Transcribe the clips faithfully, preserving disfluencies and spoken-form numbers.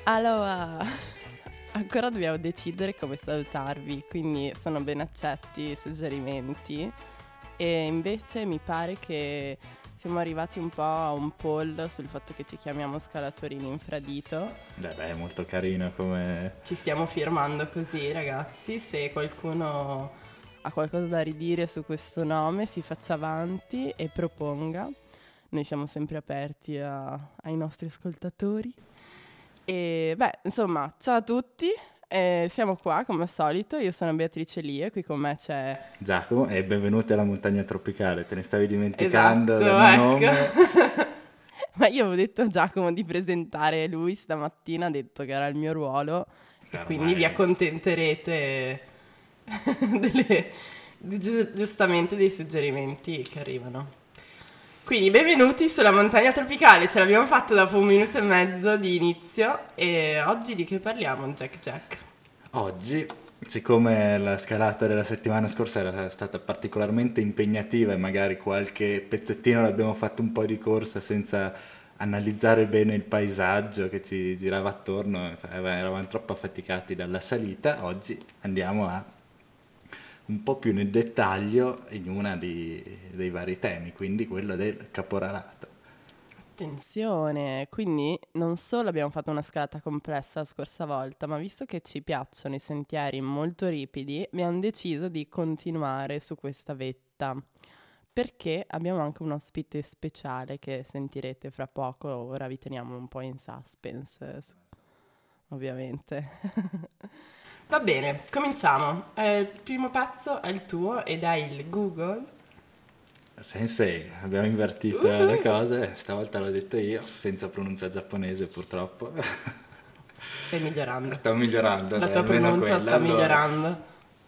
Allora, ancora dobbiamo decidere come salutarvi, quindi sono ben accetti i suggerimenti e invece mi pare che siamo arrivati un po' a un poll sul fatto che ci chiamiamo scalatori in infradito. Beh, beh, è molto carino come... Ci stiamo firmando così, ragazzi. Se qualcuno ha qualcosa da ridire su questo nome, si faccia avanti e proponga. Noi siamo sempre aperti a, ai nostri ascoltatori. E beh, insomma, ciao a tutti. Eh, siamo qua come al solito. Io sono Beatrice Lie, qui con me c'è Giacomo e benvenuti alla montagna tropicale. Te ne stavi dimenticando esatto, del mio ecco. nome. Ma io avevo detto a Giacomo di presentare lui stamattina, ha detto che era il mio ruolo e Ormai. quindi vi accontenterete delle, di, gi- giustamente dei suggerimenti che arrivano. Quindi benvenuti sulla montagna tropicale, ce l'abbiamo fatta dopo un minuto e mezzo di inizio e oggi di che parliamo, Jack Jack? Oggi, siccome la scalata della settimana scorsa era stata particolarmente impegnativa e magari qualche pezzettino l'abbiamo fatto un po' di corsa senza analizzare bene il paesaggio che ci girava attorno, eravamo troppo affaticati dalla salita, oggi andiamo a un po' più nel dettaglio in una di, dei vari temi, quindi quello del caporalato. Attenzione, quindi non solo abbiamo fatto una scalata complessa la scorsa volta, ma visto che ci piacciono i sentieri molto ripidi, abbiamo deciso di continuare su questa vetta, perché abbiamo anche un ospite speciale che sentirete fra poco, ora vi teniamo un po' in suspense, su- ovviamente. Va bene, cominciamo. Eh, il primo pezzo è il tuo ed è il Google. Sensei, abbiamo invertito Uh-huh. le cose, stavolta l'ho detta io, senza pronuncia giapponese purtroppo. Stai migliorando. Sto migliorando, La dai, tua almeno pronuncia quella. sta Allora, migliorando.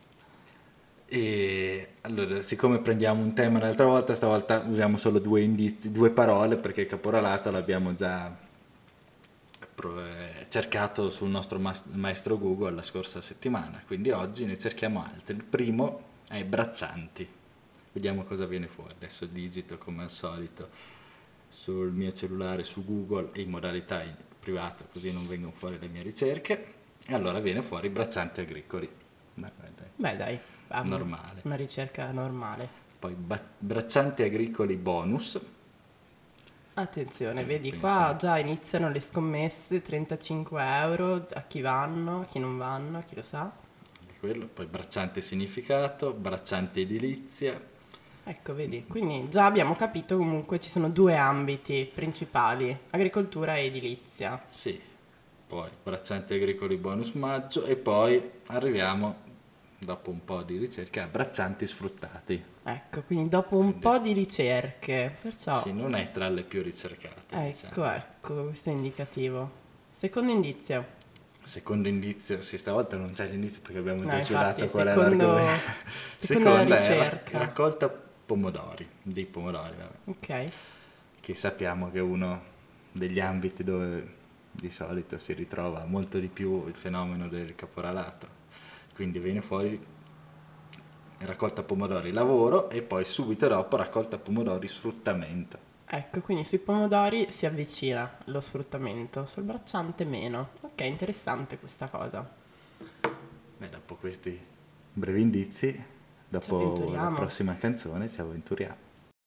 E allora, siccome prendiamo un tema l'altra volta, stavolta usiamo solo due indizi, due parole, perché il caporalato l'abbiamo già pro- eh, cercato sul nostro mas- maestro Google la scorsa settimana, quindi oggi ne cerchiamo altri. Il primo è braccianti. Vediamo cosa viene fuori. Adesso digito come al solito sul mio cellulare su Google in modalità in privato, così non vengono fuori le mie ricerche. E allora viene fuori braccianti agricoli. Beh, beh, dai. Beh dai, ah, Normale. una ricerca normale. Poi ba- braccianti agricoli bonus. Attenzione, vedi Penso. qua già iniziano le scommesse, trentacinque euro a chi vanno, a chi non vanno, a chi lo sa. Quello. Poi bracciante significato, bracciante edilizia. Ecco, vedi, quindi già abbiamo capito comunque ci sono due ambiti principali, agricoltura e edilizia. Sì. Poi braccianti agricoli bonus maggio e poi arriviamo, dopo un po' di ricerca, a braccianti sfruttati. Ecco, quindi dopo un Quindi- po' di ricerche, perciò... Sì, non è tra le più ricercate. Ecco, diciamo. ecco, questo è indicativo. Secondo indizio. Secondo indizio, sì, stavolta non c'è l'indizio perché abbiamo No, già infatti, svelato qual è secondo- l'argomento. secondo la Seconda è ra- ricerca. raccolta pomodori, dei pomodori, vabbè, Ok, che sappiamo che è uno degli ambiti dove di solito si ritrova molto di più il fenomeno del caporalato. Quindi viene fuori raccolta pomodori lavoro e poi subito dopo raccolta pomodori sfruttamento. ecco, quindi sui pomodori si avvicina lo sfruttamento, sul bracciante meno. Ok, interessante questa cosa. Beh, dopo questi brevi indizi, dopo la avventuriamo. prossima canzone ci avventuriamo.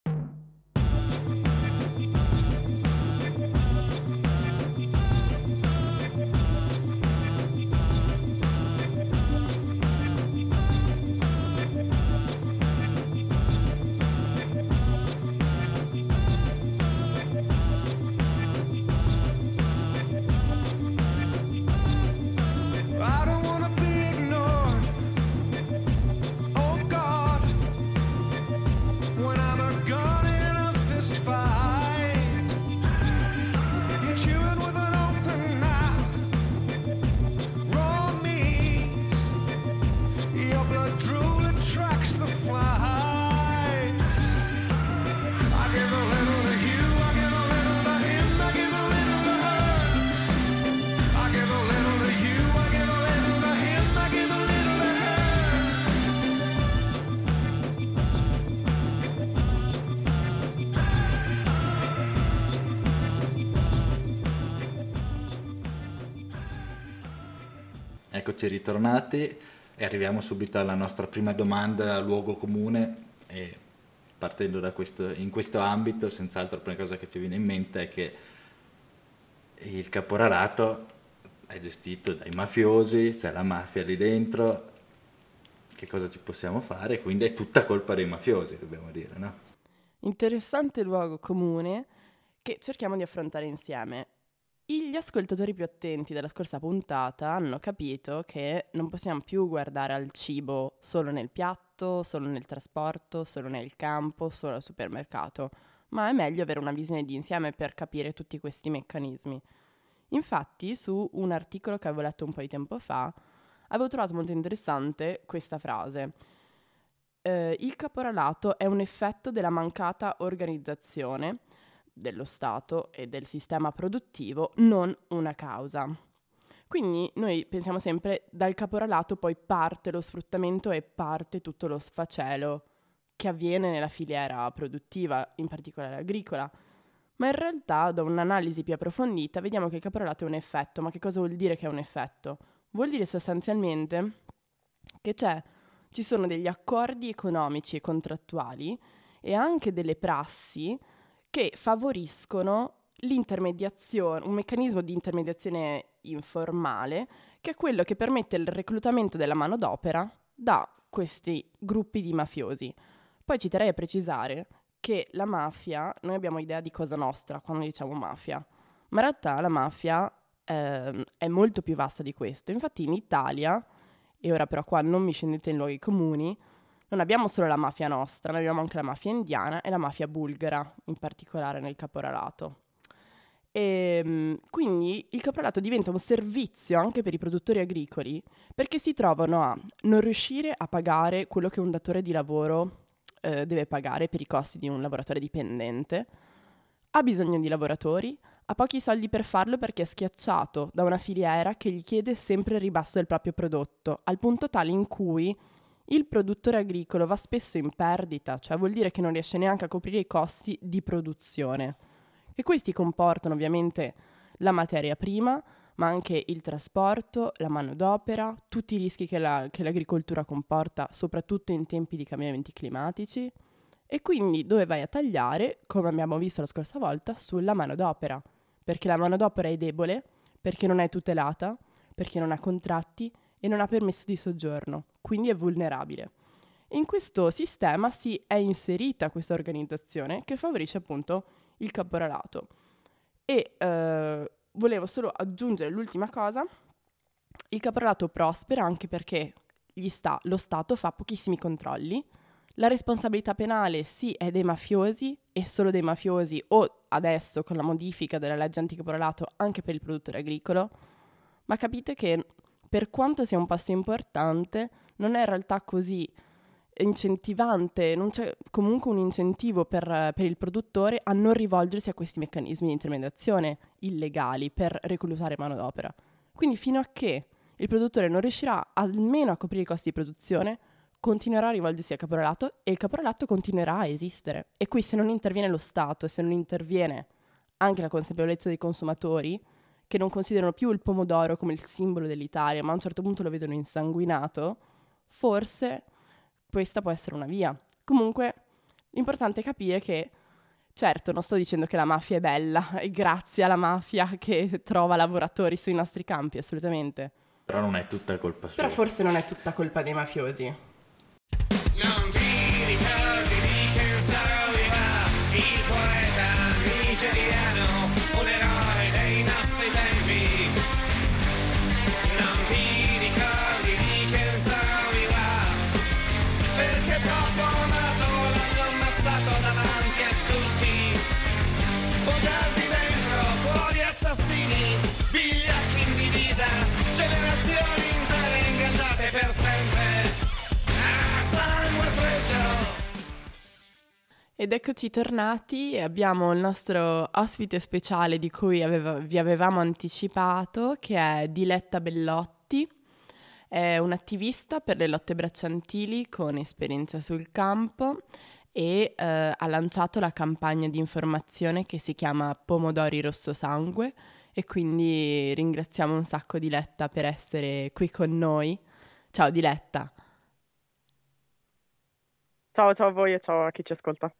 I don't wanna be ignored. Oh God, when I'm Eccoci ritornati e arriviamo subito alla nostra prima domanda, luogo comune, e partendo da questo, in questo ambito, senz'altro la prima cosa che ci viene in mente è che il caporalato è gestito dai mafiosi, c'è la mafia lì dentro, che cosa ci possiamo fare? Quindi è tutta colpa dei mafiosi, dobbiamo dire, no? Interessante luogo comune che cerchiamo di affrontare insieme. Gli ascoltatori più attenti della scorsa puntata hanno capito che non possiamo più guardare al cibo solo nel piatto, solo nel trasporto, solo nel campo, solo al supermercato, ma è meglio avere una visione di insieme per capire tutti questi meccanismi. Infatti, su un articolo che avevo letto un po' di tempo fa, avevo trovato molto interessante questa frase. Eh, il caporalato è un effetto della mancata organizzazione dello Stato e del sistema produttivo, non una causa. Quindi noi pensiamo sempre dal caporalato poi parte lo sfruttamento e parte tutto lo sfacelo che avviene nella filiera produttiva, in particolare agricola. Ma in realtà, da un'analisi più approfondita, vediamo che il caporalato è un effetto. Ma che cosa vuol dire che è un effetto? Vuol dire sostanzialmente che c'è, ci sono degli accordi economici e contrattuali e anche delle prassi che favoriscono l'intermediazione, un meccanismo di intermediazione informale, che è quello che permette il reclutamento della manodopera da questi gruppi di mafiosi. Poi ci terrei a precisare che la mafia, noi abbiamo idea di Cosa Nostra quando diciamo mafia, ma in realtà la mafia eh, è molto più vasta di questo. Infatti in Italia, e ora però qua non mi scendete in luoghi comuni, non abbiamo solo la mafia nostra, noi abbiamo anche la mafia indiana e la mafia bulgara, in particolare nel caporalato. E quindi il caporalato diventa un servizio anche per i produttori agricoli, perché si trovano a non riuscire a pagare quello che un datore di lavoro eh, deve pagare per i costi di un lavoratore dipendente, ha bisogno di lavoratori, ha pochi soldi per farlo perché è schiacciato da una filiera che gli chiede sempre il ribasso del proprio prodotto, al punto tale in cui il produttore agricolo va spesso in perdita, cioè vuol dire che non riesce neanche a coprire i costi di produzione. E questi comportano ovviamente la materia prima, ma anche il trasporto, la manodopera, tutti i rischi che, la, che l'agricoltura comporta, soprattutto in tempi di cambiamenti climatici. E quindi dove vai a tagliare, come abbiamo visto la scorsa volta, sulla manodopera. Perché la manodopera è debole, perché non è tutelata, perché non ha contratti e non ha permesso di soggiorno, quindi è vulnerabile. In questo sistema si è inserita questa organizzazione che favorisce appunto il caporalato. E eh, volevo solo aggiungere l'ultima cosa: il caporalato prospera anche perché gli sta, lo Stato fa pochissimi controlli, la responsabilità penale sì è dei mafiosi e solo dei mafiosi, o adesso con la modifica della legge anticaporalato anche per il produttore agricolo, ma capite che per quanto sia un passo importante, non è in realtà così incentivante, non c'è comunque un incentivo per, per il produttore a non rivolgersi a questi meccanismi di intermediazione illegali per reclutare manodopera. Quindi fino a che il produttore non riuscirà almeno a coprire i costi di produzione, continuerà a rivolgersi al caporalato e il caporalato continuerà a esistere. E qui se non interviene lo Stato e se non interviene anche la consapevolezza dei consumatori, che non considerano più il pomodoro come il simbolo dell'Italia, ma a un certo punto lo vedono insanguinato, forse questa può essere una via. Comunque, l'importante è capire che, certo, non sto dicendo che la mafia è bella, è grazie alla mafia che trova lavoratori sui nostri campi, assolutamente. Però non è tutta colpa sua. Però forse non è tutta colpa dei mafiosi. Non ti ricordi di che Saliva, il poeta nigeriano, un eroe dei nostri tempi. Non ti ricordi di che Saliva, perché troppo amato l'hanno ammazzato davanti a tutti. Bugiardi dentro, fuori assassini, vigliacchi in divisa, generazioni intere ingannate per sempre. Ed eccoci tornati e abbiamo il nostro ospite speciale di cui aveva, vi avevamo anticipato, che è Diletta Bellotti. È un'attivista per le lotte bracciantili con esperienza sul campo e eh, ha lanciato la campagna di informazione che si chiama Pomodori Rosso Sangue, e quindi ringraziamo un sacco Diletta per essere qui con noi. Ciao Diletta. Ciao, ciao a voi e ciao a chi ci ascolta.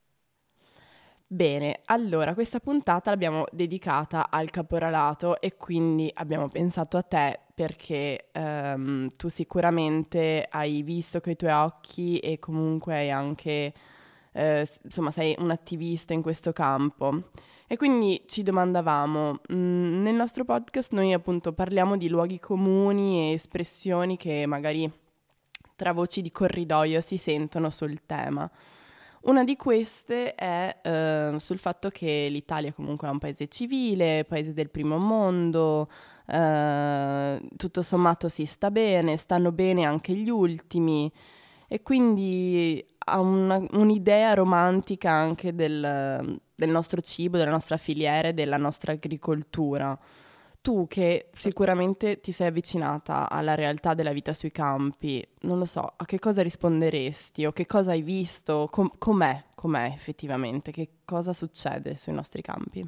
Bene, allora questa puntata l'abbiamo dedicata al caporalato e quindi abbiamo pensato a te perché ehm, tu sicuramente hai visto coi tuoi occhi e comunque hai anche, eh, s- insomma, sei un attivista in questo campo. E quindi ci domandavamo, mh, nel nostro podcast noi appunto parliamo di luoghi comuni e espressioni che magari tra voci di corridoio si sentono sul tema. Una di queste è eh, sul fatto che l'Italia comunque è un paese civile, paese del primo mondo, eh, tutto sommato si sta bene, stanno bene anche gli ultimi, e quindi ha una- un'idea romantica anche del, del nostro cibo, della nostra filiera e della nostra agricoltura. Tu che sicuramente ti sei avvicinata alla realtà della vita sui campi, non lo so, a che cosa risponderesti o che cosa hai visto? Com- com'è, com'è effettivamente? Che cosa succede sui nostri campi?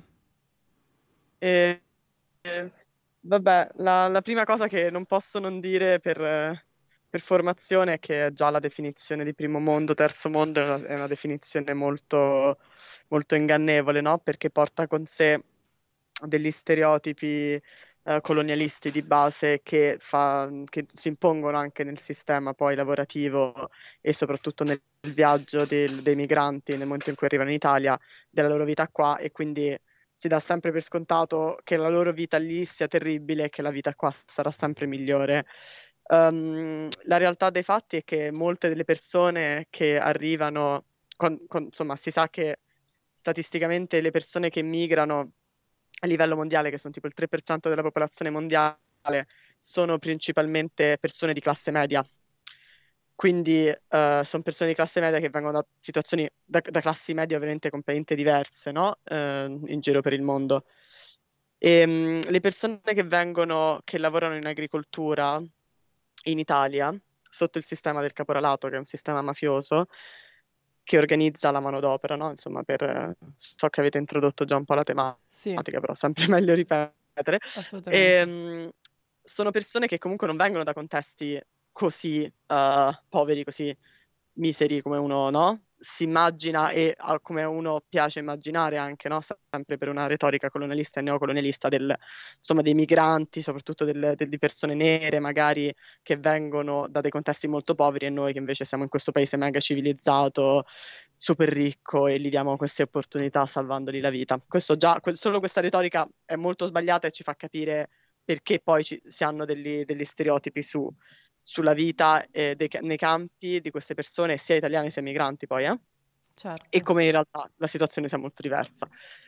E, e, vabbè, la, la prima cosa che non posso non dire per, eh, per formazione è che già la definizione di primo mondo, terzo mondo è una, è una definizione molto, molto ingannevole, no? Perché porta con sé degli stereotipi eh, colonialisti di base che, fa- che si impongono anche nel sistema poi lavorativo e soprattutto nel viaggio del- dei migranti nel momento in cui arrivano in Italia, della loro vita qua, e quindi si dà sempre per scontato che la loro vita lì sia terribile e che la vita qua sarà sempre migliore. Um, la realtà dei fatti è che molte delle persone che arrivano, con- con- insomma, si sa che statisticamente le persone che migrano a livello mondiale, che sono tipo il tre per cento della popolazione mondiale, sono principalmente persone di classe media. Quindi eh, sono persone di classe media che vengono da situazioni, da, da classi medie ovviamente completamente diverse, no? Eh, in giro per il mondo. E, mh, le persone che vengono, che lavorano in agricoltura in Italia, sotto il sistema del caporalato, che è un sistema mafioso, che organizza la manodopera, no? Insomma, per, eh, so che avete introdotto già un po' la Sì, tematica, però sempre meglio ripetere. assolutamente. E, mh, sono persone che comunque non vengono da contesti così eh, poveri, così miseri come uno, no? Si immagina e ah, come uno piace immaginare anche, no? Sempre per una retorica colonialista e neocolonialista del, insomma, dei migranti, soprattutto del- del- di persone nere, magari che vengono da dei contesti molto poveri, e noi che invece siamo in questo paese mega civilizzato, super ricco, e gli diamo queste opportunità salvandogli la vita. Questo già, que- solo questa retorica è molto sbagliata e ci fa capire perché poi ci- si hanno degli, degli stereotipi su, sulla vita eh, dei ca- nei campi di queste persone, sia italiane sia migranti poi, eh? E Certo. come in realtà la situazione sia molto diversa.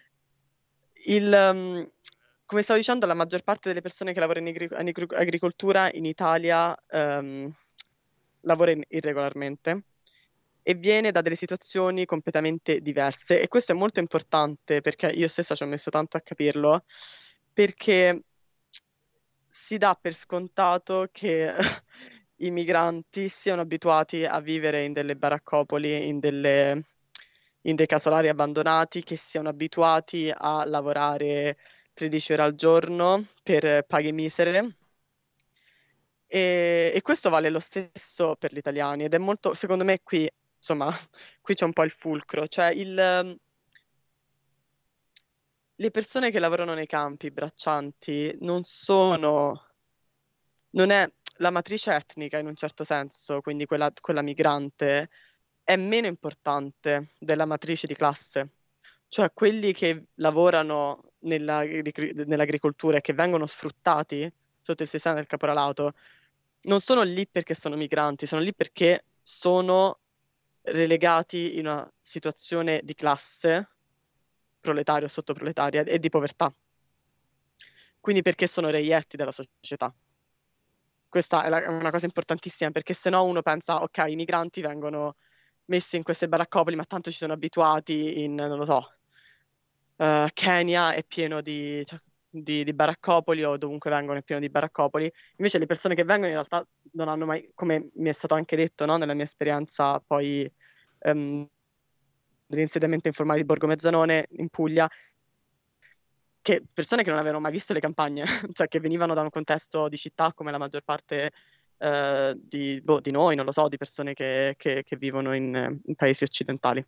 Il, um, come stavo dicendo, la maggior parte delle persone che lavorano in, agri- in agri- agricoltura in Italia um, lavora in- irregolarmente e viene da delle situazioni completamente diverse. E questo è molto importante perché io stessa ci ho messo tanto a capirlo, perché si dà per scontato che i migranti siano abituati a vivere in delle baraccopoli, in delle, in dei casolari abbandonati, che siano abituati a lavorare tredici ore al giorno per paghe misere. E, e questo vale lo stesso per gli italiani ed è molto, secondo me, qui, insomma, qui c'è un po' il fulcro, cioè il, le persone che lavorano nei campi, i braccianti, non sono, non è la matrice etnica in un certo senso, quindi quella, quella migrante, è meno importante della matrice di classe. Cioè quelli che lavorano nella- nell'agricoltura e che vengono sfruttati sotto il sistema del caporalato non sono lì perché sono migranti, sono lì perché sono relegati in una situazione di classe, proletaria o sottoproletaria, e di povertà. Quindi perché sono reietti della società. Questa è, la- è una cosa importantissima, perché se no uno pensa, ok, i migranti vengono messi in queste baraccopoli, ma tanto ci sono abituati in, non lo so, eh, Kenya è pieno di, cioè, di, di baraccopoli, o dovunque vengono è pieno di baraccopoli. Invece le persone che vengono in realtà non hanno mai, come mi è stato anche detto, no, nella mia esperienza poi ehm, dell'insediamento informale di Borgo Mezzanone in Puglia, che persone che non avevano mai visto le campagne, cioè che venivano da un contesto di città come la maggior parte eh, di, boh, di noi, non lo so, di persone che, che- che vivono in, in paesi occidentali.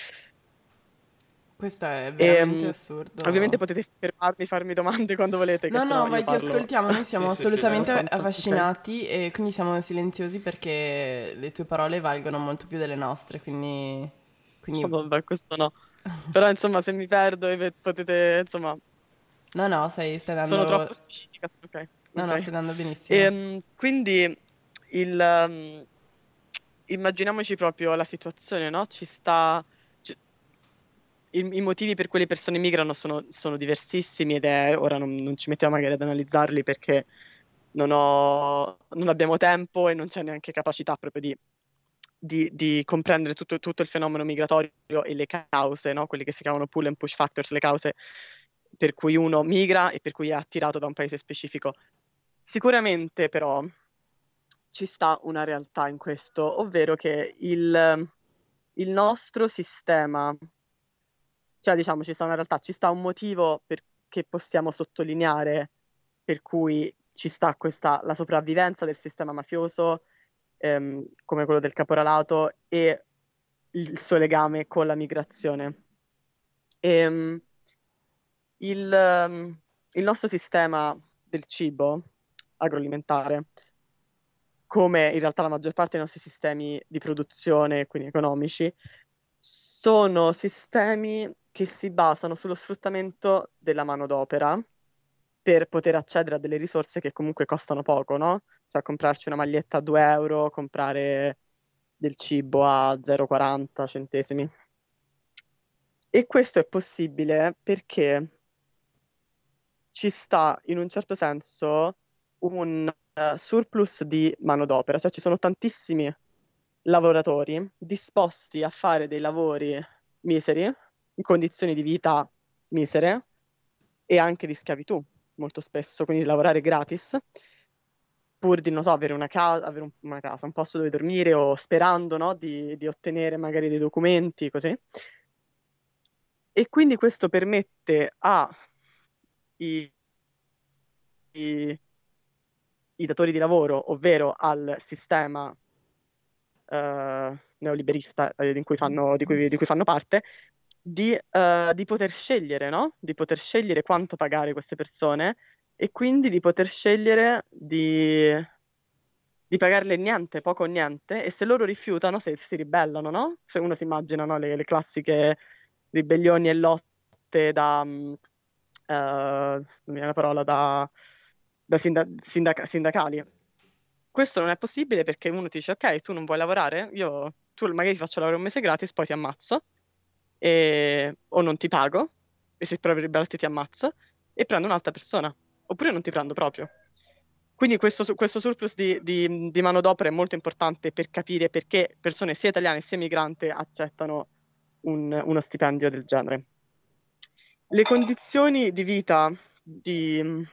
Questo è E, veramente mm, assurdo. ovviamente potete fermarmi, farmi domande quando volete, che No, no, sennò io vai, ti parlo ascoltiamo, noi siamo Sì, sì, sì, assolutamente abbastanza. Ok. affascinati e quindi siamo silenziosi perché le tue parole valgono molto più delle nostre, quindi... quindi... Oh, vabbè, questo no. Però insomma, se mi perdo, e ve- potete, insomma, No, no, stai, stai sono dando... troppo specifica. Ok, No, no, ok. stai dando benissimo. Ehm, quindi il, ehm, immaginiamoci proprio la situazione, no? Ci sta, ci- i, i motivi per cui le persone migrano sono, sono diversissimi ed è, ora non, non ci mettiamo magari ad analizzarli perché non ho, non abbiamo tempo e non c'è neanche capacità proprio di, di- di comprendere tutto, tutto il fenomeno migratorio e le cause, no? Quelli che si chiamano pull and push factors, le cause per cui uno migra e per cui è attirato da un paese specifico. Sicuramente però ci sta una realtà in questo, ovvero che il, il nostro sistema, cioè diciamo ci sta una realtà, ci sta un motivo per- che possiamo sottolineare per cui ci sta questa, la sopravvivenza del sistema mafioso, ehm, come quello del caporalato, e il suo legame con la migrazione. Ehm, il, ehm, il nostro sistema del cibo agroalimentare, come in realtà la maggior parte dei nostri sistemi di produzione, quindi economici, sono sistemi che si basano sullo sfruttamento della manodopera per poter accedere a delle risorse che comunque costano poco, no? Cioè comprarci una maglietta a due euro, comprare del cibo a zero virgola quaranta centesimi. E questo è possibile perché ci sta in un certo senso un eh, surplus di manodopera, cioè ci sono tantissimi lavoratori disposti a fare dei lavori miseri, in condizioni di vita misere e anche di schiavitù, molto spesso, quindi lavorare gratis, pur di, non so, avere una casa, avere un- una casa, un posto dove dormire o sperando, no, di, di ottenere magari dei documenti, così. E quindi questo permette a i, i- i datori di lavoro, ovvero al sistema eh, neoliberista eh, in cui fanno- di cui, di cui fanno parte, di, eh, di poter scegliere, no? Di poter scegliere quanto pagare queste persone e quindi di poter scegliere di, di pagarle niente, poco o niente, e se loro rifiutano, se si ribellano, no? Se uno si immagina, no, le, le classiche ribellioni e lotte da, mm, eh, non mi viene la parola, da, da sinda- sindaca- sindacali. Questo non è possibile perché uno ti dice, ok, tu non vuoi lavorare, io tu magari ti faccio lavorare un mese gratis, poi ti ammazzo, e- o non ti pago, e se provi a ribellarti ti ammazzo, e prendo un'altra persona, oppure non ti prendo proprio. Quindi questo, su- questo surplus di, di- di manodopera è molto importante per capire perché persone sia italiane sia migranti accettano un- uno stipendio del genere. Le condizioni di vita di,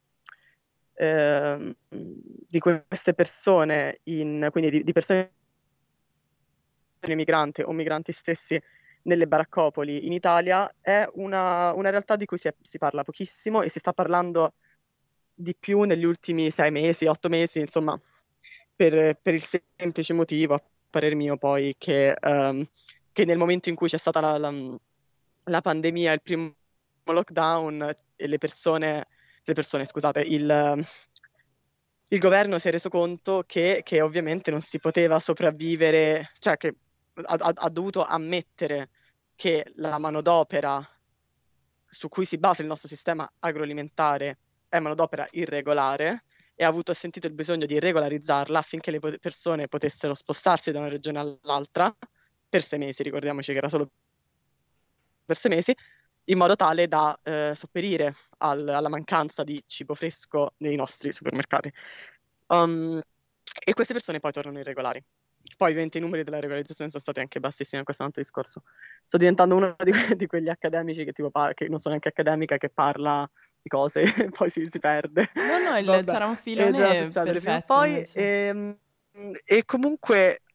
ehm, di queste persone, in, quindi di, di persone migranti o migranti stessi nelle baraccopoli in Italia, è una, una realtà di cui si, è- si parla pochissimo e si sta parlando di più negli ultimi sei mesi, otto mesi, insomma, per, per il semplice motivo, a parer mio, poi, che, ehm, che nel momento in cui c'è stata la, la- la pandemia, il primo lockdown, e le persone, le persone, scusate, il, il governo si è reso conto che, che ovviamente non si poteva sopravvivere, cioè che ha, ha- ha dovuto ammettere che la manodopera su cui si basa il nostro sistema agroalimentare è manodopera irregolare e ha avuto sentito il bisogno di regolarizzarla affinché le po- persone potessero spostarsi da una regione all'altra per sei mesi, ricordiamoci che era solo per sei mesi, in modo tale da eh, sopperire al- alla mancanza di cibo fresco nei nostri supermercati. Um, e queste persone poi tornano irregolari. Poi ovviamente i numeri della regolarizzazione sono stati anche bassissimi, questo è un altro discorso. Sto diventando uno di, que- di quegli accademici che tipo par- che non sono neanche accademica, che parla di cose e poi si, si perde. No, no, il- Vabbè, c'era un e dovrà filone succedere prima o perfetto poi. invece. E, e comunque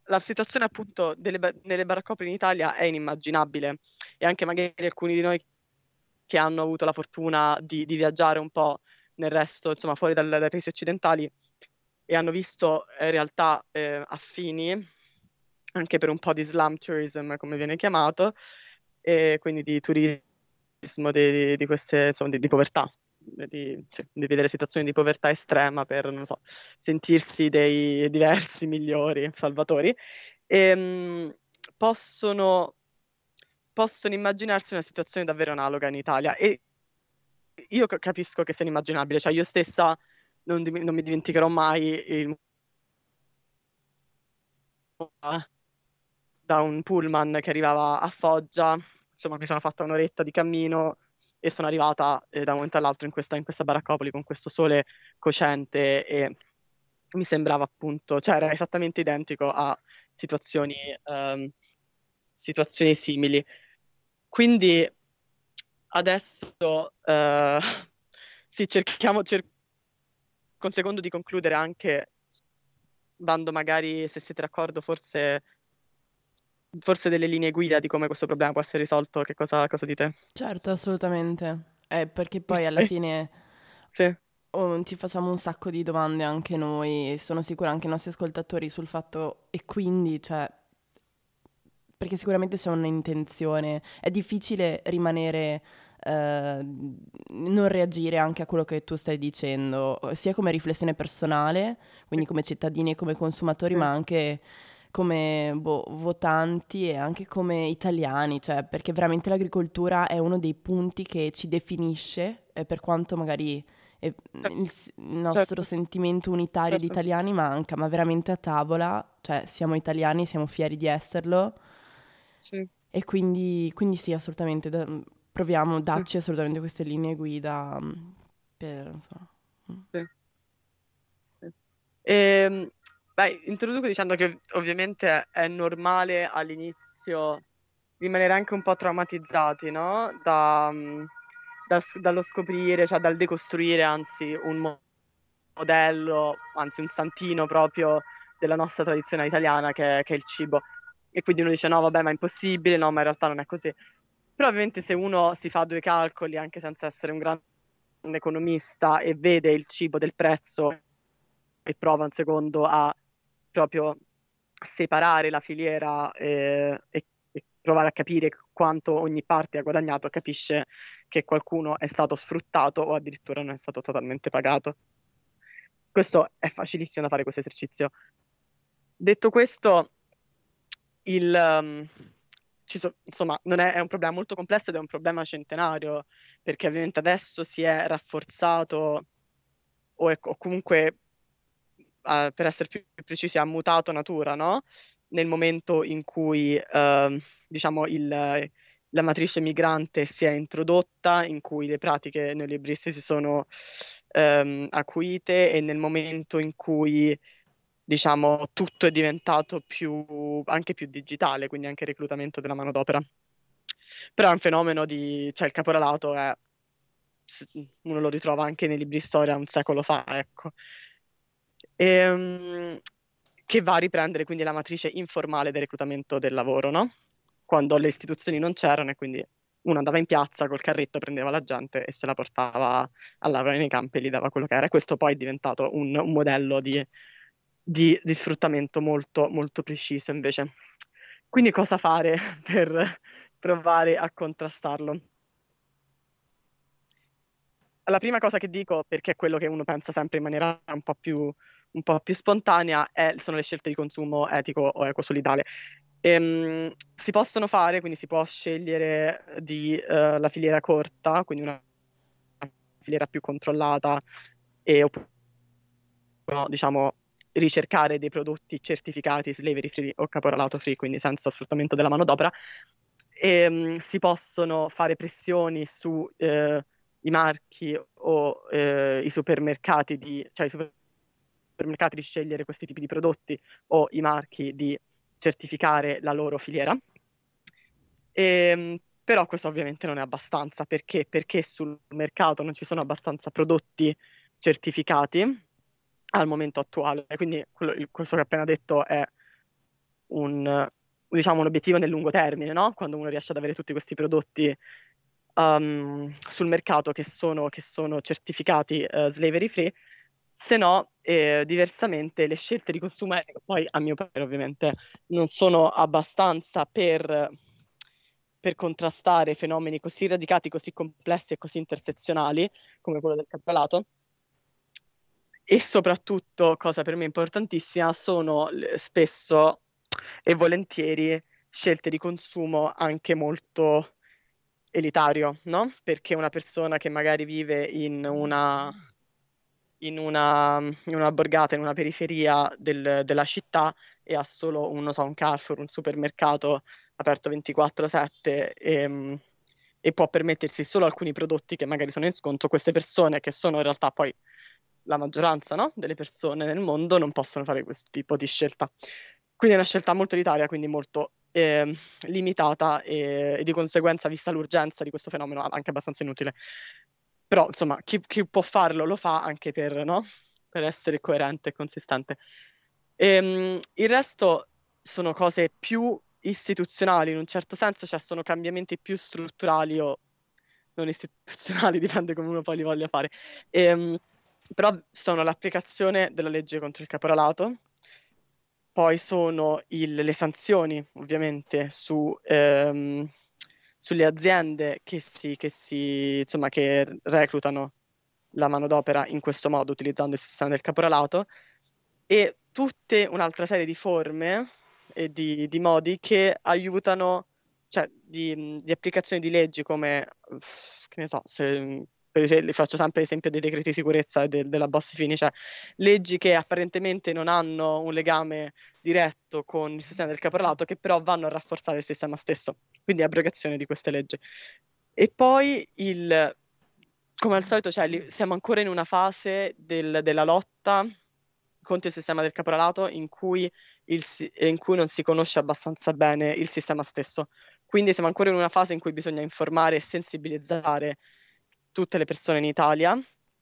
la situazione appunto delle, ba- nelle baraccopole in Italia è inimmaginabile, e anche magari alcuni di noi che hanno avuto la fortuna di, di viaggiare un po' nel resto, insomma, fuori dal- dai paesi occidentali, e hanno visto eh, realtà eh, affini, anche per un po' di slum tourism, come viene chiamato, e quindi di turismo di, di queste, insomma, di, di povertà, di, sì, di vedere situazioni di povertà estrema per, non so, sentirsi dei diversi, migliori, salvatori. Ehm, possono, possono immaginarsi una situazione davvero analoga in Italia, e io ca- capisco che sia inimmaginabile, cioè io stessa non, dim- non mi dimenticherò mai il da un pullman che arrivava a Foggia. Insomma, mi sono fatta un'oretta di cammino e sono arrivata eh, da un momento all'altro in questa, in questa baraccopoli con questo sole cocente, e mi sembrava appunto, cioè era esattamente identico a situazioni, ehm, situazioni simili. Quindi adesso eh, sì, cerchiamo, cerco un secondo di concludere anche dando magari, se siete d'accordo, forse, forse delle linee guida di come questo problema può essere risolto. Che cosa, cosa dite? Certo, assolutamente. Eh, perché poi alla fine Sì, oh, ci facciamo un sacco di domande anche noi, e sono sicura anche i nostri ascoltatori sul fatto, e quindi, cioè, perché sicuramente c'è un'intenzione, è difficile rimanere, eh, non reagire anche a quello che tu stai dicendo, sia come riflessione personale, quindi come cittadini e come consumatori, sì, ma anche come boh, votanti e anche come italiani, cioè perché veramente l'agricoltura è uno dei punti che ci definisce, eh, per quanto magari eh, il, s- il nostro certo, sentimento unitario di certo, italiani manca, ma veramente a tavola, cioè siamo italiani, siamo fieri di esserlo, sì, e quindi, quindi sì, assolutamente, da- proviamo, sì, dacci assolutamente queste linee guida mm, per, non so. mm. sì, sì. Ehm, beh, introduco dicendo che ovviamente è normale all'inizio rimanere anche un po' traumatizzati, no? Da, mm, da s- dallo scoprire, cioè dal decostruire, anzi, un mo- modello, anzi un santino proprio della nostra tradizione italiana, che, che è il cibo. E quindi uno dice no, vabbè, ma è impossibile, no, ma in realtà non è così. Però ovviamente se uno si fa due calcoli, anche senza essere un grande economista, e vede il cibo del prezzo e prova un secondo a proprio separare la filiera, eh, e, e provare a capire quanto ogni parte ha guadagnato, capisce che qualcuno è stato sfruttato o addirittura non è stato totalmente pagato. Questo è facilissimo da fare, questo esercizio. Detto questo, il, um, ci so- insomma, non è, è un problema molto complesso ed è un problema centenario, perché ovviamente adesso si è rafforzato, o, è- o comunque, eh, per essere più precisi, ha mutato natura, no? Nel momento in cui, ehm, diciamo, il, la matrice migrante si è introdotta, in cui le pratiche neoliberiste si sono ehm, acuite, e nel momento in cui, diciamo, tutto è diventato più, anche più digitale, quindi anche il reclutamento della manodopera. Però è un fenomeno di, cioè il caporalato è, uno lo ritrova anche nei libri di storia un secolo fa, ecco. Ehm, che va a riprendere quindi la matrice informale del reclutamento del lavoro, no? Quando le istituzioni non c'erano, e quindi uno andava in piazza col carretto, prendeva la gente e se la portava a lavorare nei campi e gli dava quello che era. E questo poi è diventato un, un modello di, di- di sfruttamento molto, molto preciso invece. Quindi cosa fare per provare a contrastarlo? La prima cosa che dico, perché è quello che uno pensa sempre in maniera un po' più, un po' più spontanea, è- sono le scelte di consumo etico o ecosolidale. Ehm, si possono fare, quindi si può scegliere di, eh, la filiera corta, quindi una filiera più controllata, e oppure, no, diciamo, ricercare dei prodotti certificati slavery free o caporalato free, quindi senza sfruttamento della manodopera. Ehm, si possono fare pressioni su eh, i marchi o eh, i supermercati di, cioè i supermercati di scegliere questi tipi di prodotti, o i marchi di certificare la loro filiera. Ehm, però questo ovviamente non è abbastanza, perché? Perché sul mercato non ci sono abbastanza prodotti certificati al momento attuale. Quindi quello, il- questo che ho appena detto è un, diciamo, un obiettivo nel lungo termine, no? Quando uno riesce ad avere tutti questi prodotti um, sul mercato che sono, che sono certificati uh, slavery free, se no, eh, diversamente le scelte di consumo, eh, poi a mio parere ovviamente, non sono abbastanza per, per contrastare fenomeni così radicati, così complessi e così intersezionali come quello del caporalato. E soprattutto, cosa per me importantissima, sono le- spesso e volentieri scelte di consumo anche molto elitario, no? Perché una persona che magari vive in una, in una, in una borgata, in una periferia del- della città e ha solo un, non so, un Carrefour, un supermercato aperto ventiquattro sette e, e può permettersi solo alcuni prodotti che magari sono in sconto, queste persone che sono in realtà poi la maggioranza, no, delle persone nel mondo non possono fare questo tipo di scelta. Quindi è una scelta molto elitaria, quindi molto eh, limitata e, e di conseguenza, vista l'urgenza di questo fenomeno, anche abbastanza inutile. Però, insomma, chi, chi può farlo lo fa anche per, no? Per essere coerente e consistente. Ehm, il resto sono cose più istituzionali in un certo senso, cioè sono cambiamenti più strutturali o non istituzionali, dipende come uno poi li voglia fare. Ehm, però sono l'applicazione della legge contro il caporalato, poi sono il- le sanzioni, ovviamente, su, ehm, sulle aziende che si, che si, insomma, che reclutano la manodopera in questo modo, utilizzando il sistema del caporalato, e tutte un'altra serie di forme e di, di modi che aiutano, cioè di, di applicazioni di leggi come, uff, che ne so, se, per esempio, faccio sempre l'esempio dei decreti di sicurezza e del- della Bossi-Fini, cioè leggi che apparentemente non hanno un legame diretto con il sistema del caporalato, che però vanno a rafforzare il sistema stesso, quindi abrogazione di queste leggi. E poi il, come al solito, cioè, li- siamo ancora in una fase del- della lotta contro il sistema del caporalato in cui, il si- in cui non si conosce abbastanza bene il sistema stesso. Quindi siamo ancora in una fase in cui bisogna informare e sensibilizzare tutte le persone in Italia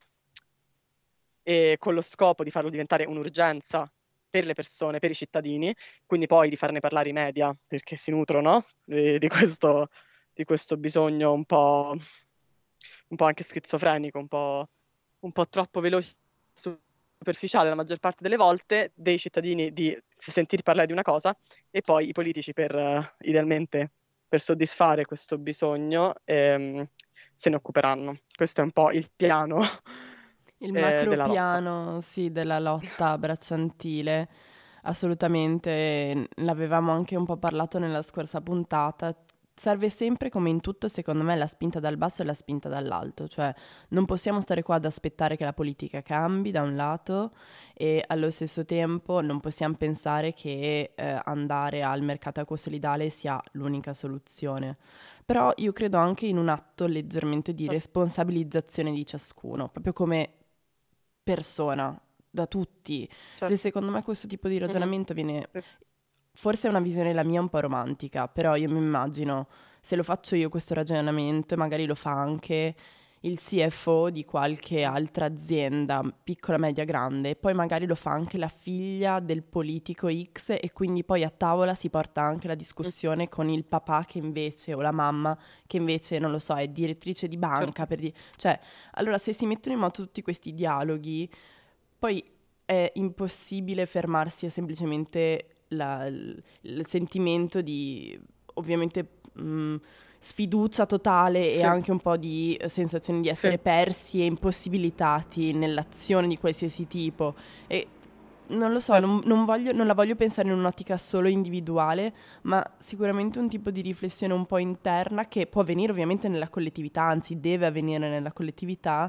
e con lo scopo di farlo diventare un'urgenza per le persone, per i cittadini, quindi poi di farne parlare i media, perché si nutrono di, di questo, di questo bisogno un po', un po' anche schizofrenico, un po', un po' troppo veloce, superficiale la maggior parte delle volte, dei cittadini di sentir parlare di una cosa e poi i politici per, eh, idealmente, per soddisfare questo bisogno, ehm, se ne occuperanno. Questo è un po' il piano Il eh, macro della lotta. piano, sì, della lotta bracciantile, assolutamente, l'avevamo anche un po' parlato nella scorsa puntata. Serve sempre, come in tutto, secondo me, la spinta dal basso e la spinta dall'alto, cioè non possiamo stare qua ad aspettare che la politica cambi da un lato e allo stesso tempo non possiamo pensare che eh, andare al mercato ecosolidale sia l'unica soluzione. Però io credo anche in un atto leggermente di Certo. responsabilizzazione di ciascuno, proprio come persona, da tutti. Se Certo. secondo me questo tipo di Mhm. ragionamento viene... Sì. Forse è una visione la mia un po' romantica, però io mi immagino se lo faccio io questo ragionamento e magari lo fa anche il C F O di qualche altra azienda, piccola, media, grande, e poi magari lo fa anche la figlia del politico X e quindi poi a tavola si porta anche la Mm. discussione con il papà che invece, o la mamma che invece, non lo so, è direttrice di banca, Certo. per di- cioè, allora se si mettono in moto tutti questi dialoghi, poi è impossibile fermarsi a semplicemente la- il, il sentimento di, ovviamente, mh, sfiducia totale e Sì, anche un po' di eh, sensazione di sì, essere persi e impossibilitati nell'azione di qualsiasi tipo. E non lo so, certo. non, non voglio- non la voglio pensare in un'ottica solo individuale, ma sicuramente un tipo di riflessione un po' interna che può avvenire ovviamente nella collettività, anzi deve avvenire nella collettività.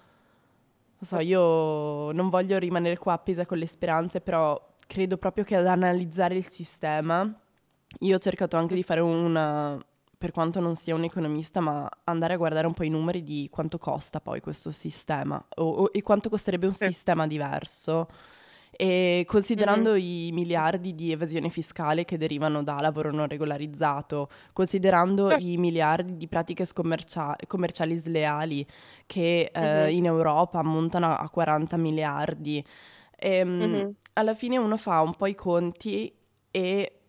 Lo so, Certo. io non voglio rimanere qua appesa con le speranze, però credo proprio che ad analizzare il sistema, io ho cercato anche Mm. di fare una, per quanto non sia un economista, ma andare a guardare un po' i numeri di quanto costa poi questo sistema o, o- e quanto costerebbe un Sì. sistema diverso. E Mhm. considerando i miliardi di evasione fiscale che derivano da lavoro non regolarizzato, considerando Certo. i miliardi di pratiche scommercia- commerciali sleali che eh, Mhm. in Europa ammontano a quaranta miliardi, ehm, Mhm. alla fine uno fa un po' i conti e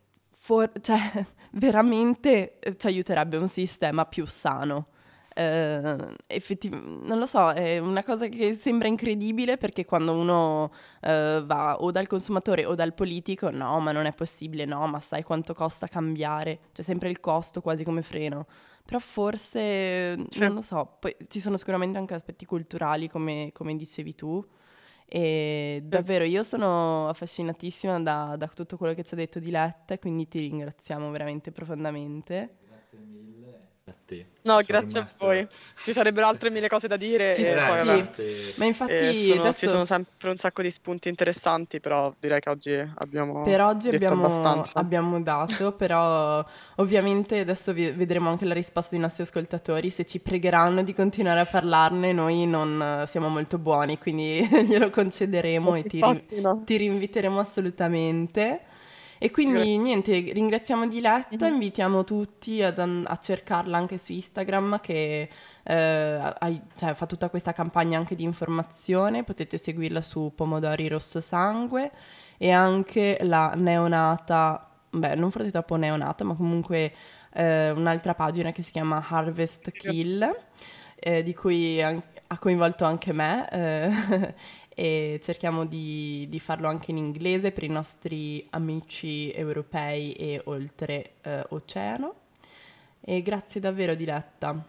for- cioè, veramente eh, ci aiuterebbe un sistema più sano. Eh, effettiv- non lo so, è una cosa che sembra incredibile perché quando uno eh, va o dal consumatore o dal politico, no, ma non è possibile, no, ma sai quanto costa cambiare? C'è sempre il costo quasi come freno. Però forse, Sì, non lo so, poi ci sono sicuramente anche aspetti culturali come, come dicevi tu. E sì. davvero io sono affascinatissima da, da tutto quello che ci ha detto Diletta, quindi ti ringraziamo veramente profondamente. Grazie mille. Infatti, No, sono grazie a rimasto... voi. Ci sarebbero altre mille cose da dire Ci, e Era, poi sì, vabbè, infatti... ma eh, infatti sono- ci sono adesso sempre un sacco di spunti interessanti, però direi che oggi per abbiamo oggi detto abbiamo, abbastanza. abbiamo dato, però ovviamente adesso vi- vedremo anche la risposta dei nostri ascoltatori, se ci pregheranno di continuare a parlarne, noi non eh, siamo molto buoni, quindi glielo concederemo e ti, rin- Infatti, no, ti rinviteremo assolutamente. E quindi sicuramente. niente, ringraziamo Diletta, Mhm. invitiamo tutti ad an- a cercarla anche su Instagram che eh, ha, cioè, fa tutta questa campagna anche di informazione, potete seguirla su Pomodori Rosso Sangue e anche la neonata, beh non forse troppo neonata, ma comunque eh, un'altra pagina che si chiama Harvest Sì, Kill, eh, di cui an- ha coinvolto anche me. eh, e cerchiamo di, di farlo anche in inglese per i nostri amici europei e oltre eh, oceano. E grazie davvero Diletta.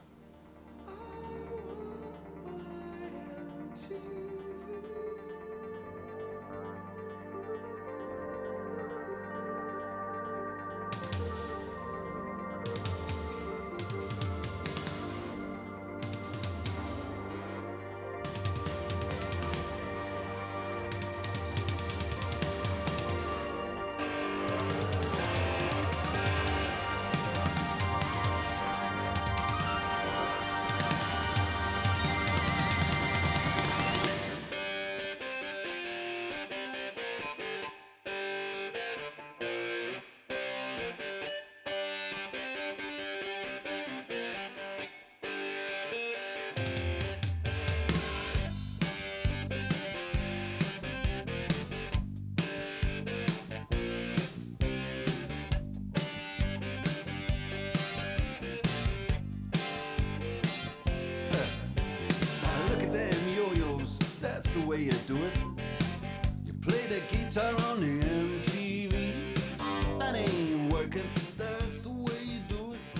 Look at them yo-yos, that's the way you do it. You play the guitar on the M T V. That ain't working, that's the way you do it.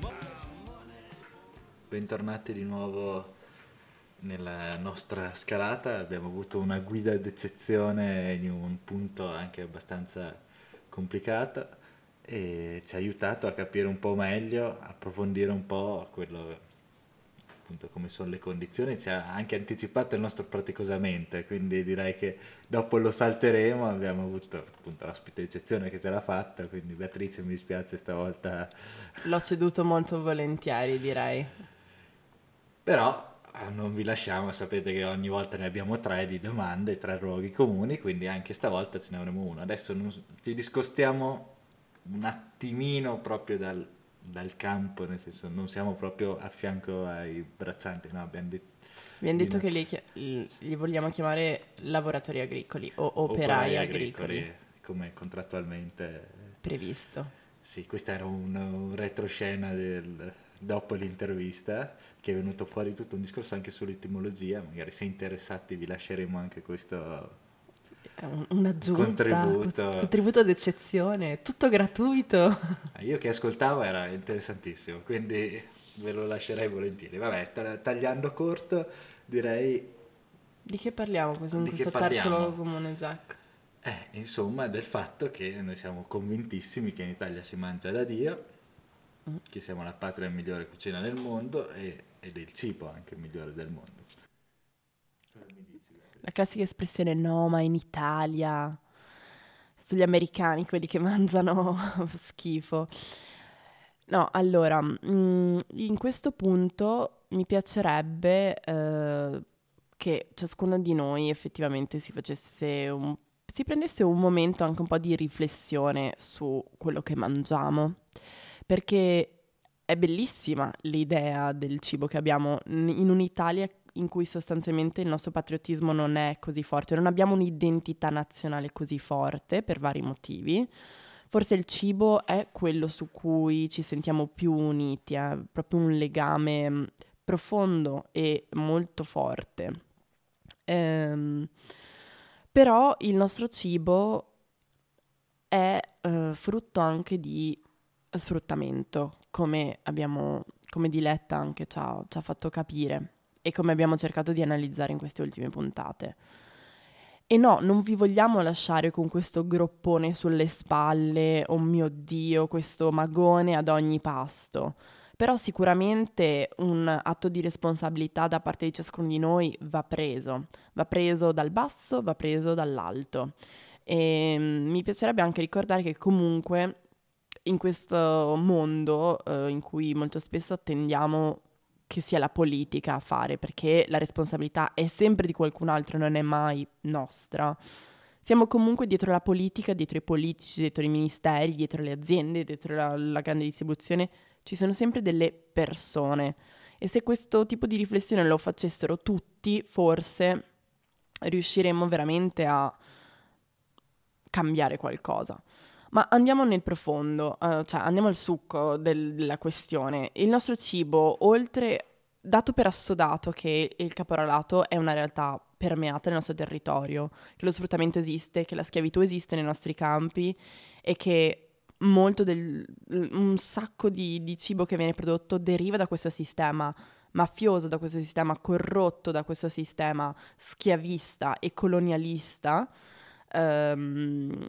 Bentornati di nuovo nella nostra scalata. Abbiamo avuto una guida d'eccezione in un punto anche abbastanza complicato e ci ha aiutato a capire un po' meglio, approfondire un po' quello, appunto, come sono le condizioni. Ci ha anche anticipato il nostro praticosamente, quindi direi che dopo lo salteremo. Abbiamo avuto appunto l'ospite d'eccezione che ce l'ha fatta, quindi Beatrice, mi dispiace stavolta. L'ho ceduto molto volentieri, direi. Però eh, non vi lasciamo, sapete che ogni volta ne abbiamo tre di domande, tre luoghi comuni, quindi anche stavolta ce ne avremo uno. Adesso non s- ci discostiamo un attimino proprio dal, dal campo, nel senso non siamo proprio a fianco ai braccianti, no, abbiamo detto Abbiamo di detto no- che li, chia- li vogliamo chiamare lavoratori agricoli o operai operai agricoli, agricoli, come contrattualmente. previsto. Sì, questo era un, un retroscena del, dopo l'intervista, che è venuto fuori tutto un discorso anche sull'etimologia. Magari se interessati vi lasceremo anche questo È un- un'aggiunta, contributo. co- contributo d'eccezione, tutto gratuito. Io che ascoltavo era interessantissimo, quindi ve lo lascerei volentieri. Vabbè, ta- tagliando corto, direi Di che parliamo questo- in di che questo terzo parliamo? luogo comune, Jack? Eh, insomma, del fatto che noi siamo convintissimi che in Italia si mangia da Dio, che siamo la patria migliore cucina del mondo e, e del cibo anche migliore del mondo. La classica espressione no, ma in Italia, sugli americani, quelli che mangiano schifo. No, allora, mm, in questo punto mi piacerebbe eh, che ciascuno di noi effettivamente si facesse un, si prendesse un momento anche un po' di riflessione su quello che mangiamo, perché è bellissima l'idea del cibo che abbiamo n- in un'Italia in cui sostanzialmente il nostro patriottismo non è così forte, non abbiamo un'identità nazionale così forte per vari motivi. forse il cibo è quello su cui ci sentiamo più uniti, è proprio un legame mh, profondo e molto forte. Ehm, però il nostro cibo è eh, frutto anche di sfruttamento, come abbiamo, come Diletta anche ci ha, ci ha fatto capire e come abbiamo cercato di analizzare in queste ultime puntate. E no, non vi vogliamo lasciare con questo groppone sulle spalle, oh mio Dio, questo magone ad ogni pasto. Però sicuramente un atto di responsabilità da parte di ciascuno di noi va preso. Va preso dal basso, va preso dall'alto. E mm, mi piacerebbe anche ricordare che comunque in questo mondo eh, in cui molto spesso attendiamo che sia la politica a fare, perché la responsabilità è sempre di qualcun altro, non è mai nostra. Siamo comunque dietro la politica, dietro i politici, dietro i ministeri, dietro le aziende, dietro la, la grande distribuzione. Ci sono sempre delle persone. E se questo tipo di riflessione lo facessero tutti, forse riusciremmo veramente a cambiare qualcosa. Ma andiamo nel profondo, uh, cioè andiamo al succo del, della questione. Il nostro cibo, oltre, dato per assodato che il caporalato è una realtà permeata nel nostro territorio, che lo sfruttamento esiste, che la schiavitù esiste nei nostri campi e che molto del, un sacco di, di cibo che viene prodotto deriva da questo sistema mafioso, da questo sistema corrotto, da questo sistema schiavista e colonialista. Um,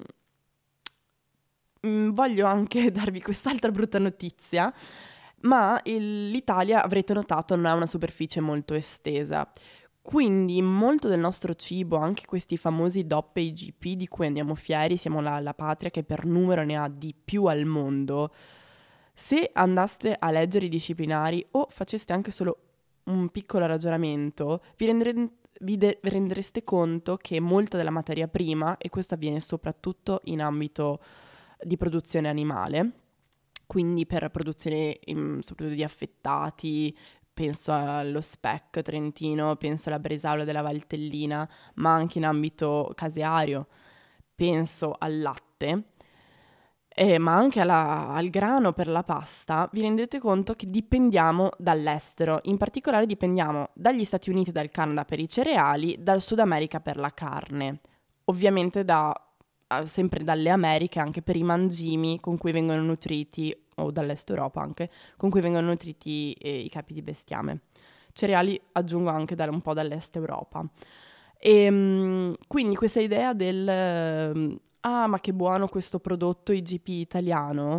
Voglio anche darvi quest'altra brutta notizia, ma il, l'Italia, avrete notato, non ha una superficie molto estesa. Quindi molto del nostro cibo, anche questi famosi D O P e I G P di cui andiamo fieri, siamo la, la patria che per numero ne ha di più al mondo, se andaste a leggere i disciplinari o faceste anche solo un piccolo ragionamento, vi renderete... vi de- rendereste conto che molta della materia prima, e questo avviene soprattutto in ambito di produzione animale, quindi per produzione in, soprattutto di affettati, penso allo speck trentino, penso alla bresaola della Valtellina, ma anche in ambito caseario, penso al latte, eh, ma anche alla, al grano per la pasta, vi rendete conto che dipendiamo dall'estero, in particolare dipendiamo dagli Stati Uniti e dal Canada per i cereali, dal Sud America per la carne, ovviamente da sempre dalle Americhe anche per i mangimi con cui vengono nutriti, o dall'est Europa anche, con cui vengono nutriti eh, i capi di bestiame. Cereali aggiungo anche da, un po' dall'est Europa. E um, quindi questa idea del uh, ah ma che buono questo prodotto I G P italiano,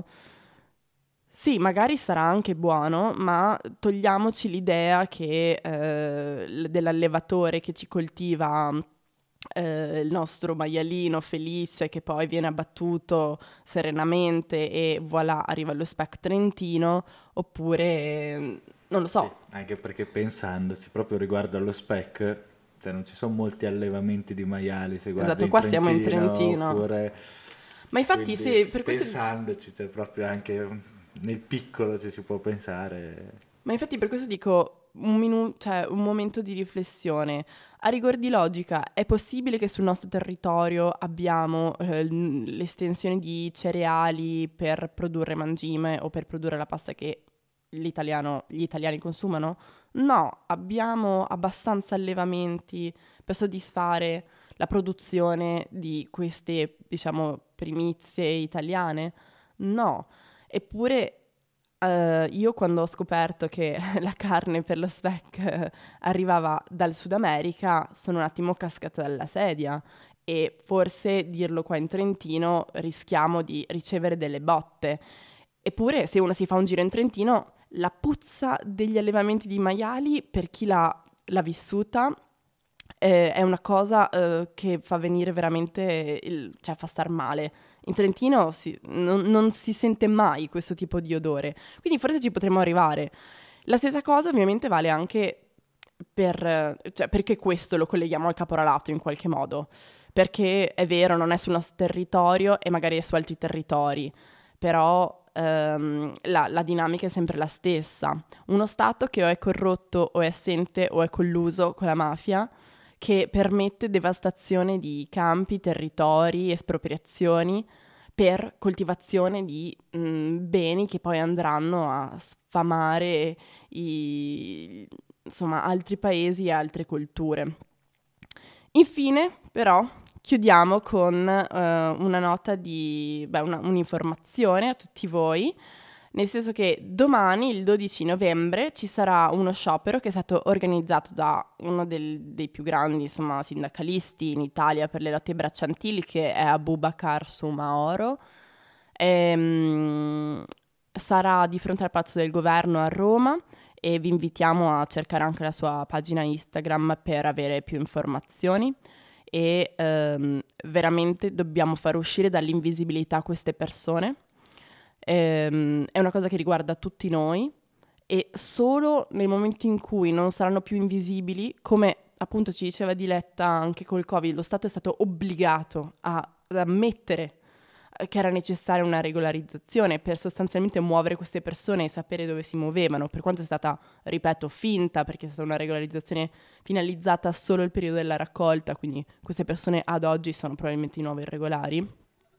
sì, magari sarà anche buono, ma togliamoci l'idea che uh, dell'allevatore che ci coltiva Uh, il nostro maialino felice che poi viene abbattuto serenamente e voilà, arriva allo speck trentino, oppure non lo so. Sì, anche perché pensandoci proprio riguardo allo speck, cioè non ci sono molti allevamenti di maiali, se guardi esatto, qua in siamo in Trentino. Oppure... Ma infatti sì, per questo... pensandoci, cioè proprio anche nel piccolo ci si può pensare. Ma infatti per questo dico un minuto, cioè un momento di riflessione. A rigor di logica, è possibile che sul nostro territorio abbiamo eh, l'estensione di cereali per produrre mangime o per produrre la pasta che l'italiano, gli italiani consumano? No, abbiamo abbastanza allevamenti per soddisfare la produzione di queste, diciamo, primizie italiane? No. Eppure Uh, io quando ho scoperto che la carne per lo speck uh, arrivava dal Sud America sono un attimo cascata dalla sedia e forse dirlo qua in Trentino rischiamo di ricevere delle botte. Eppure se uno si fa un giro in Trentino, la puzza degli allevamenti di maiali, per chi l'ha, l'ha vissuta, eh, è una cosa eh, che fa venire veramente, il, cioè fa star male. In Trentino si, non, non si sente mai questo tipo di odore, quindi forse ci potremmo arrivare. La stessa cosa ovviamente vale anche per, cioè perché questo lo colleghiamo al caporalato in qualche modo, perché è vero, non è sul nostro territorio e magari è su altri territori, però ehm, la, la dinamica è sempre la stessa. Uno Stato che o è corrotto o è assente o è colluso con la mafia, che permette devastazione di campi, territori, espropriazioni, per coltivazione di mh, beni che poi andranno a sfamare i, insomma, altri paesi e altre culture. Infine, però, chiudiamo con uh, una nota di, beh, una, un'informazione a tutti voi, nel senso che domani, il dodici novembre, ci sarà uno sciopero che è stato organizzato da uno del, dei più grandi, insomma, sindacalisti in Italia per le lotte bracciantili, che è Abubakar Soumahoro. Ehm, sarà di fronte al Palazzo del Governo a Roma e vi invitiamo a cercare anche la sua pagina Instagram per avere più informazioni. E ehm, veramente dobbiamo far uscire dall'invisibilità queste persone. Ehm, è una cosa che riguarda tutti noi e solo nel momento in cui non saranno più invisibili, come appunto ci diceva Diletta anche col Covid, lo Stato è stato obbligato a, ad ammettere che era necessaria una regolarizzazione per sostanzialmente muovere queste persone e sapere dove si muovevano, per quanto è stata, ripeto, finta, perché è stata una regolarizzazione finalizzata solo al periodo della raccolta, quindi queste persone ad oggi sono probabilmente di nuovo irregolari.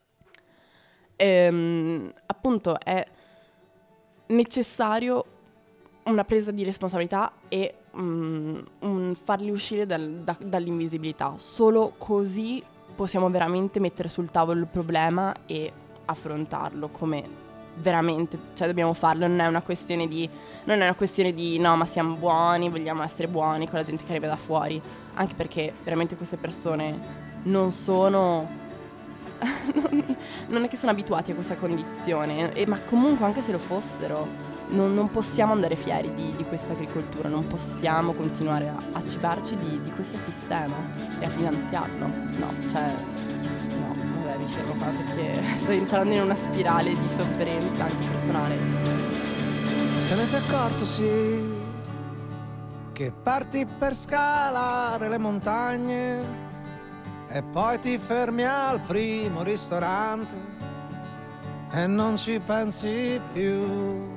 Ehm, appunto è necessario una presa di responsabilità e um, un farli uscire dal, da, dall'invisibilità. Solo così possiamo veramente mettere sul tavolo il problema e affrontarlo come veramente, cioè dobbiamo farlo. Non è una questione di non è una questione di no, ma siamo buoni, vogliamo essere buoni con la gente che arriva da fuori, anche perché veramente queste persone non sono non è che sono abituati a questa condizione, e, ma comunque anche se lo fossero non, non possiamo andare fieri di, di questa agricoltura, non possiamo continuare a, a cibarci di, di questo sistema e a finanziarlo. No, cioè no, vabbè, mi fermo qua perché sto entrando in una spirale di sofferenza anche personale. Te ne sei accorto, sì, che parti per scalare le montagne e poi ti fermi al primo ristorante e non ci pensi più.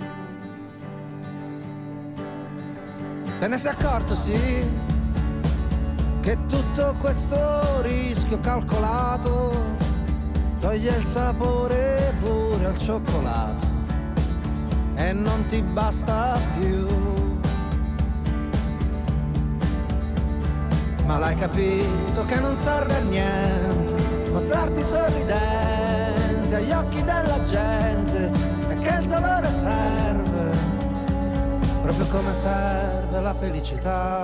Te ne sei accorto, sì, che tutto questo rischio calcolato toglie il sapore pure al cioccolato e non ti basta più. Ma l'hai capito che non serve a niente mostrarti sorridente agli occhi della gente e che il dolore serve proprio come serve la felicità.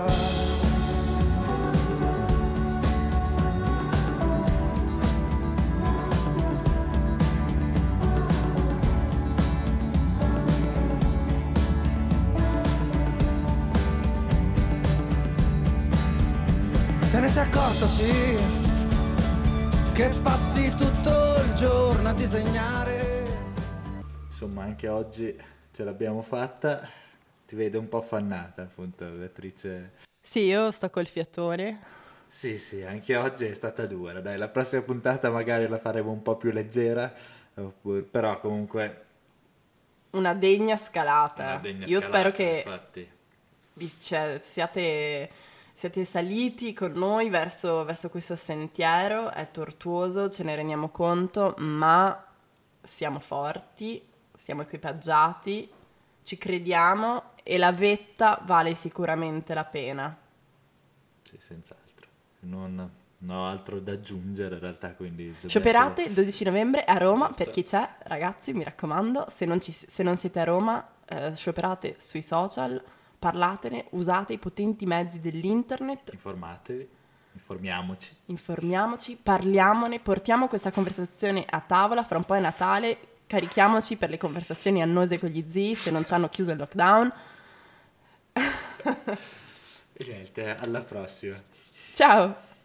Te ne sei accorto, sì, che passi tutto il giorno a disegnare. Insomma, anche oggi ce l'abbiamo fatta. Ti vedo un po' affannata, appunto, Beatrice. Sì, io sto col fiatone. Sì, sì, anche oggi è stata dura. Dai, la prossima puntata magari la faremo un po' più leggera, oppure, però comunque Una degna scalata. una degna Io scalata, spero che infatti. vi, cioè, siate, siete saliti con noi verso, verso questo sentiero. È tortuoso, ce ne rendiamo conto, ma siamo forti, siamo equipaggiati, ci crediamo e la vetta vale sicuramente la pena. Sì, senz'altro. Non, non ho altro da aggiungere in realtà, quindi... dobbiamo Scioperate solo- il dodici novembre a Roma, Giusto. per chi c'è, ragazzi, mi raccomando, se non, ci, se non siete a Roma, eh, scioperate sui social, parlatene, usate i potenti mezzi dell'internet, Informatevi, informiamoci. informiamoci, parliamone, portiamo questa conversazione a tavola, fra un po' è Natale, carichiamoci per le conversazioni annose con gli zii se non ci hanno chiuso il lockdown. E niente, alla prossima. Ciao!